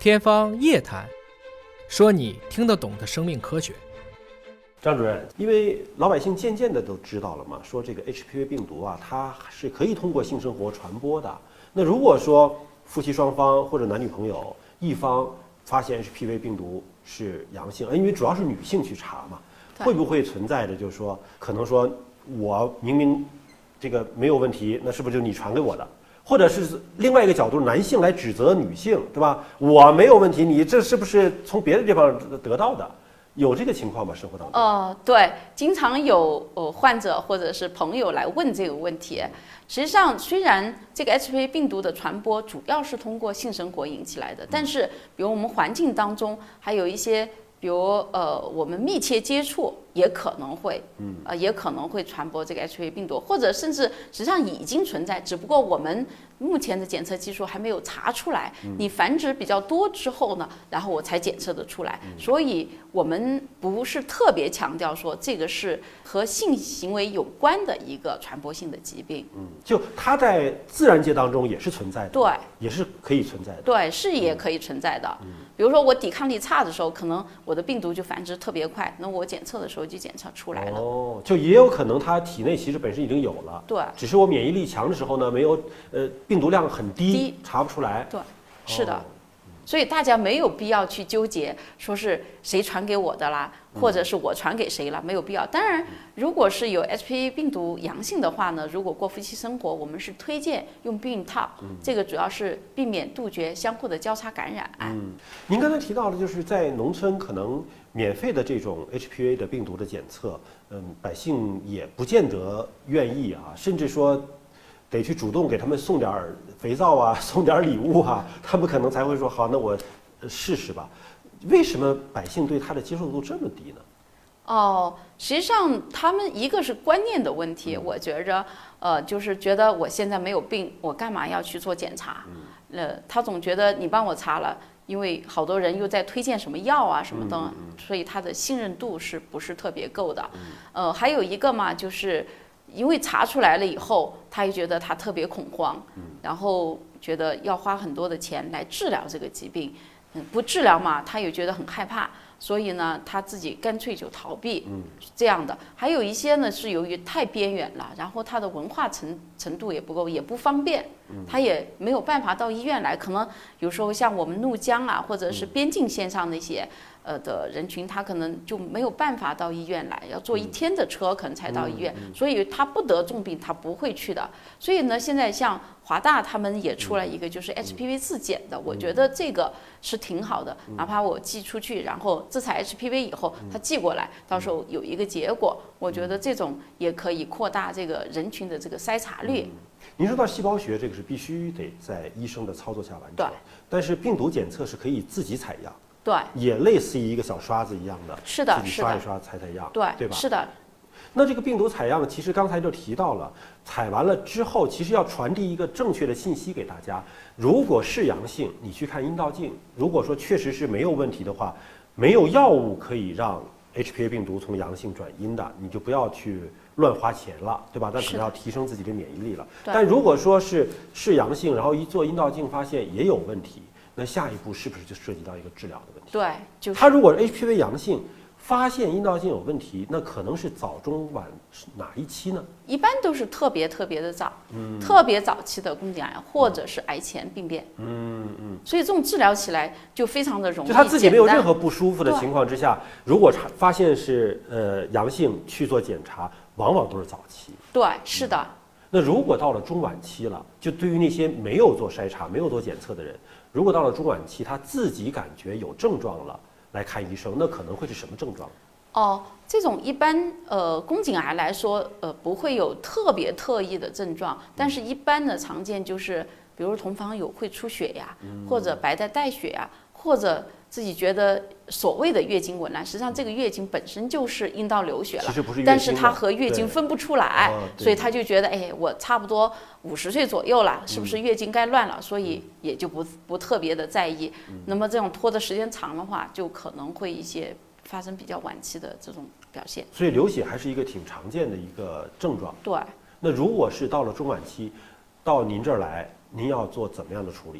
天方夜谭，说你听得懂的生命科学。 张主任，因为老百姓渐渐的都知道了嘛，说这个 HPV 病毒啊，它是可以通过性生活传播的。那如果说夫妻双方或者男女朋友一方发现 HPV 病毒是阳性，因为主要是女性去查嘛，会不会存在着就是说，可能说我明明这个没有问题，那是不是就你传给我的？或者是另外一个角度，男性来指责女性，对吧？我没有问题，你这是不是从别的地方得到的？有这个情况吗？生活当中？ 对，经常有患者或者是朋友来问这个问题。实际上，虽然这个 HPV 病毒的传播主要是通过性生活引起来的，但是比如我们环境当中还有一些，比如我们密切接触也可能会，也可能会传播这个 HPV 病毒，或者甚至实际上已经存在，只不过我们目前的检测技术还没有查出来。你繁殖比较多之后呢，然后我才检测得出来。所以我们不是特别强调说这个是和性行为有关的一个传播性的疾病。 就它在自然界当中也是存在的， 对， 也是可以存在的， 对，是也可以存在的。比如说我抵抗力差的时候，可能我的病毒就繁殖特别快，那我检测的时候就检测出来了。 就也有可能它体内其实本身已经有了， 对， 只是我免疫力强的时候呢，没有病毒量很低，查不出来。 对，是的。所以大家没有必要去纠结，说是谁传给我的啦，或者是我传给谁了，没有必要。当然，如果是有 HPV 病毒阳性的话呢，如果过夫妻生活，我们是推荐用避孕套，这个主要是避免杜绝相互的交叉感染。 您刚才提到的就是在农村可能免费的这种 HPV 的病毒的检测，百姓也不见得愿意啊，甚至说得去主动给他们送点肥皂啊，送点礼物啊，他们可能才会说好，那我试试吧。为什么百姓对它的接受度这么低呢？ 实际上他们一个是观念的问题，我觉着，就是觉得我现在没有病，我干嘛要去做检查？他总觉得你帮我查了，因为好多人又在推荐什么药啊什么的，所以他的信任度是不是特别够的？还有一个嘛，就是因为查出来了以后，他也觉得他特别恐慌，然后觉得要花很多的钱来治疗这个疾病，不治疗嘛，他也觉得很害怕，所以呢，他自己干脆就逃避，这样的。还有一些呢是由于太边缘了，然后他的文化程度也不够，也不方便，他也没有办法到医院来。可能有时候像我们怒江啊，或者是边境线上那些的人群，他可能就没有办法到医院来，要坐1天的车可能才到医院，所以他不得重病，他不会去的。所以呢，现在像华大他们也出了一个就是 HPV 自检的，我觉得这个是挺好的，哪怕我寄出去，然后自采 HPV 以后，他寄过来，到时候有一个结果，我觉得这种也可以扩大这个人群的这个筛查率。 您说到细胞学，这个是必须得在医生的操作下完成， 对。 但是病毒检测是可以自己采样， 对， 也类似于一个小刷子一样的， 是的， 自己刷一刷采样， 对吧？ 是的。 那这个病毒采样，其实刚才就提到了，采完了之后，其实要传递一个正确的信息给大家。如果是阳性，你去看阴道镜；如果说确实是没有问题的话，没有药物可以让 HPV 病毒从阳性转阴的，你就不要去乱花钱了，对吧？但可能要提升自己的免疫力了。但如果说是阳性，然后一做阴道镜发现也有问题，那下一步是不是就涉及到一个治疗的问题？ 对，就是他如果 HPV 阳性，发现阴道镜有问题，那可能是早中晚哪一期呢？ 一般都是特别的早，特别早期的宫颈癌或者是癌前病变。所以这种治疗起来就非常的容易。 就他自己没有任何不舒服的情况之下，如果发现是阳性去做检查，往往都是早期。 对，是的。 那如果到了中晚期了，就对于那些没有做筛查、没有做检测的人，如果到了中晚期，他自己感觉有症状了，来看医生，那可能会是什么症状？ 这种一般宫颈癌来说，不会有特别特异的症状，但是一般呢常见就是，比如同房友会出血呀，或者白带带血呀，或者自己觉得所谓的月经紊乱，实际上这个月经本身就是阴道流血了， 其实不是月经， 但是他和月经分不出来，所以他就觉得，我差不多50岁左右了，是不是月经该乱了？所以也就不特别的在意。那么这种拖的时间长的话，就可能会一些发生比较晚期的这种表现。 所以流血还是一个挺常见的一个症状。 对。 那如果是到了中晚期，到您这儿来，您要做怎么样的处理呢？一般？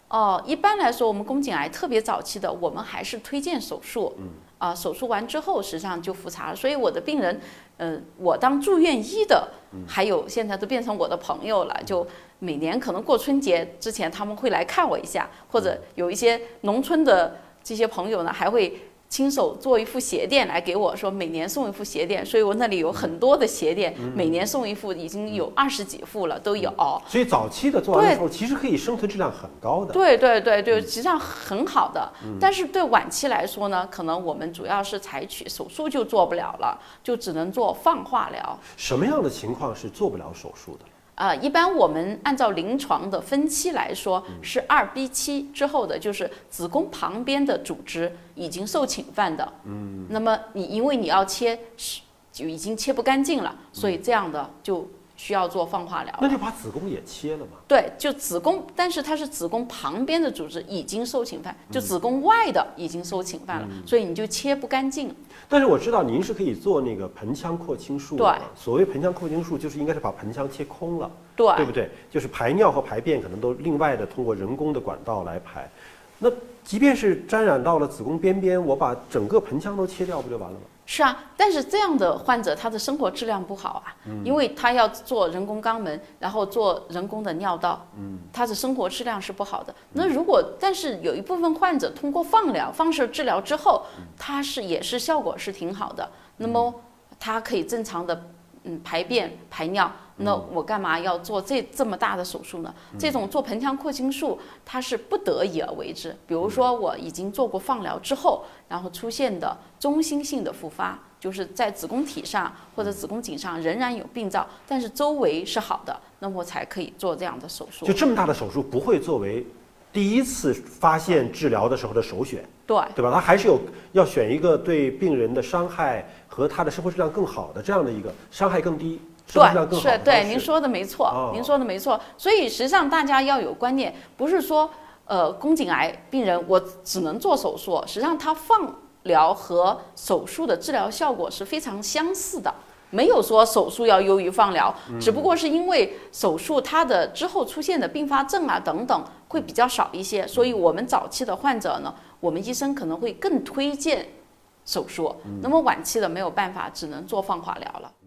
一般来说，我们宫颈癌特别早期的，我们还是推荐手术。手术完之后，实际上就复查了。所以我的病人，我当住院医的，还有现在都变成我的朋友了。就每年可能过春节之前，他们会来看我一下，或者有一些农村的这些朋友呢，还会亲手做一副鞋垫来给我，说每年送一副鞋垫，所以我那里有很多的鞋垫，每年送一副，已经有20几副了，都有。 所以早期的做完的时候，其实可以生存质量很高的。 对，实际上很好的。但是对晚期来说呢，可能我们主要是采取手术就做不了了，就只能做放化疗。 什么样的情况是做不了手术的？ 一般我们按照临床的分期来说，是2B 期之后的，就是子宫旁边的组织已经受侵犯的。那么因为你要切，就已经切不干净了，所以这样的就需要做放化疗。 那就把子宫也切了嘛？ 对，就子宫，但是它是子宫旁边的组织已经受侵犯，就子宫外的已经受侵犯了，所以你就切不干净。 但是我知道您是可以做那个盆腔扩清术的。 对， 所谓盆腔扩清术，就是应该是把盆腔切空了， 对不对？就是排尿和排便可能都另外的通过人工的管道来排。那即便是沾染到了子宫边边，我把整个盆腔都切掉，不就完了吗？ 是啊，但是这样的患者他的生活质量不好啊，因为他要做人工肛门，然后做人工的尿道，他的生活质量是不好的。那但是有一部分患者通过放射治疗之后，他也是效果是挺好的，那么他可以正常的排便排尿。那我干嘛要做这么大的手术呢？这种做盆腔扩清术，它是不得已而为之。比如说我已经做过放疗之后，然后出现的中心性的复发，就是在子宫体上或者子宫颈上仍然有病灶，但是周围是好的，那么我才可以做这样的手术。 就这么大的手术不会作为第一次发现治疗的时候的首选，对吧？它还是要选一个对病人的伤害和他的生活质量更好的这样的一个伤害更低。 对，您说的没错，您说的没错。所以实际上大家要有观念，不是说宫颈癌病人我只能做手术，实际上他放疗和手术的治疗效果是非常相似的，没有说手术要优于放疗，只不过是因为手术它的之后出现的并发症啊等等会比较少一些，所以我们早期的患者呢，我们医生可能会更推荐手术，那么晚期的没有办法，只能做放化疗了。